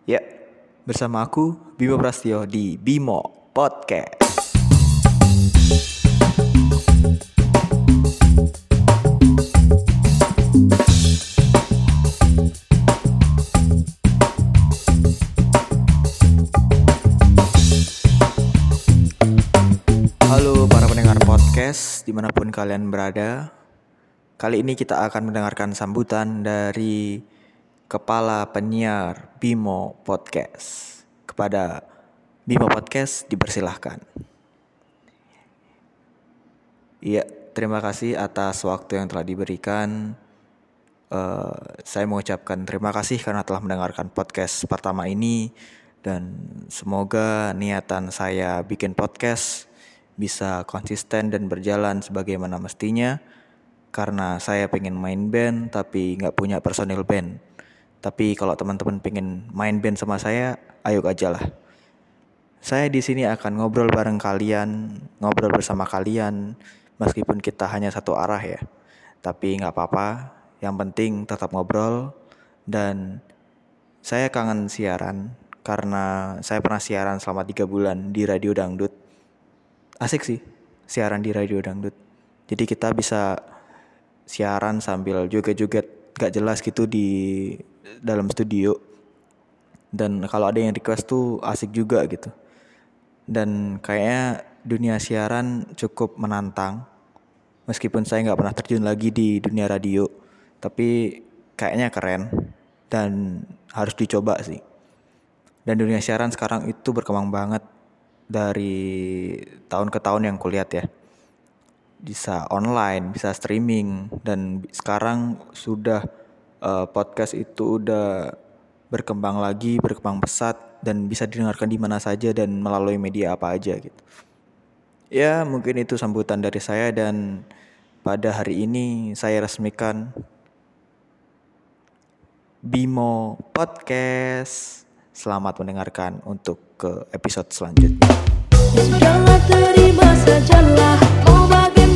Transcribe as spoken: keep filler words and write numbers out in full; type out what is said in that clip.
Ya, bersama aku Bimo Prastio di Bimo Podcast. Halo para pendengar podcast dimanapun kalian berada. Kali ini kita akan mendengarkan sambutan dari Kepala Penyiar Bimo Podcast. Kepada Bimo Podcast dipersilahkan. Iya, terima kasih atas waktu yang telah diberikan. Uh, saya mengucapkan terima kasih karena telah mendengarkan podcast pertama ini. Dan semoga niatan saya bikin podcast bisa konsisten dan berjalan sebagaimana mestinya. Karena saya pengen main band tapi gak punya personil band. Tapi kalau teman-teman pengen main band sama saya, ayo aja lah. Saya di sini akan ngobrol bareng kalian, ngobrol bersama kalian, meskipun kita hanya satu arah ya. Tapi gak apa-apa, yang penting tetap ngobrol. Dan saya kangen siaran, karena saya pernah siaran selama tiga bulan di Radio Dangdut. Asik sih, siaran di Radio Dangdut. Jadi kita bisa siaran sambil joget-joget gak jelas gitu di dalam studio. Dan kalau ada yang request tuh asik juga gitu. Dan kayaknya dunia siaran cukup menantang. Meskipun saya gak pernah terjun lagi di dunia radio, tapi kayaknya keren dan harus dicoba sih. Dan dunia siaran sekarang itu berkembang banget dari tahun ke tahun yang kulihat ya. Bisa online, bisa streaming, dan sekarang sudah uh, podcast itu udah berkembang lagi, berkembang pesat, dan bisa didengarkan di mana saja dan melalui media apa aja gitu. Ya, mungkin itu sambutan dari saya, dan pada hari ini saya resmikan Bimo Podcast. Selamat mendengarkan untuk ke episode selanjutnya. Sudahlah, terima sajalah. Mau bagaimana?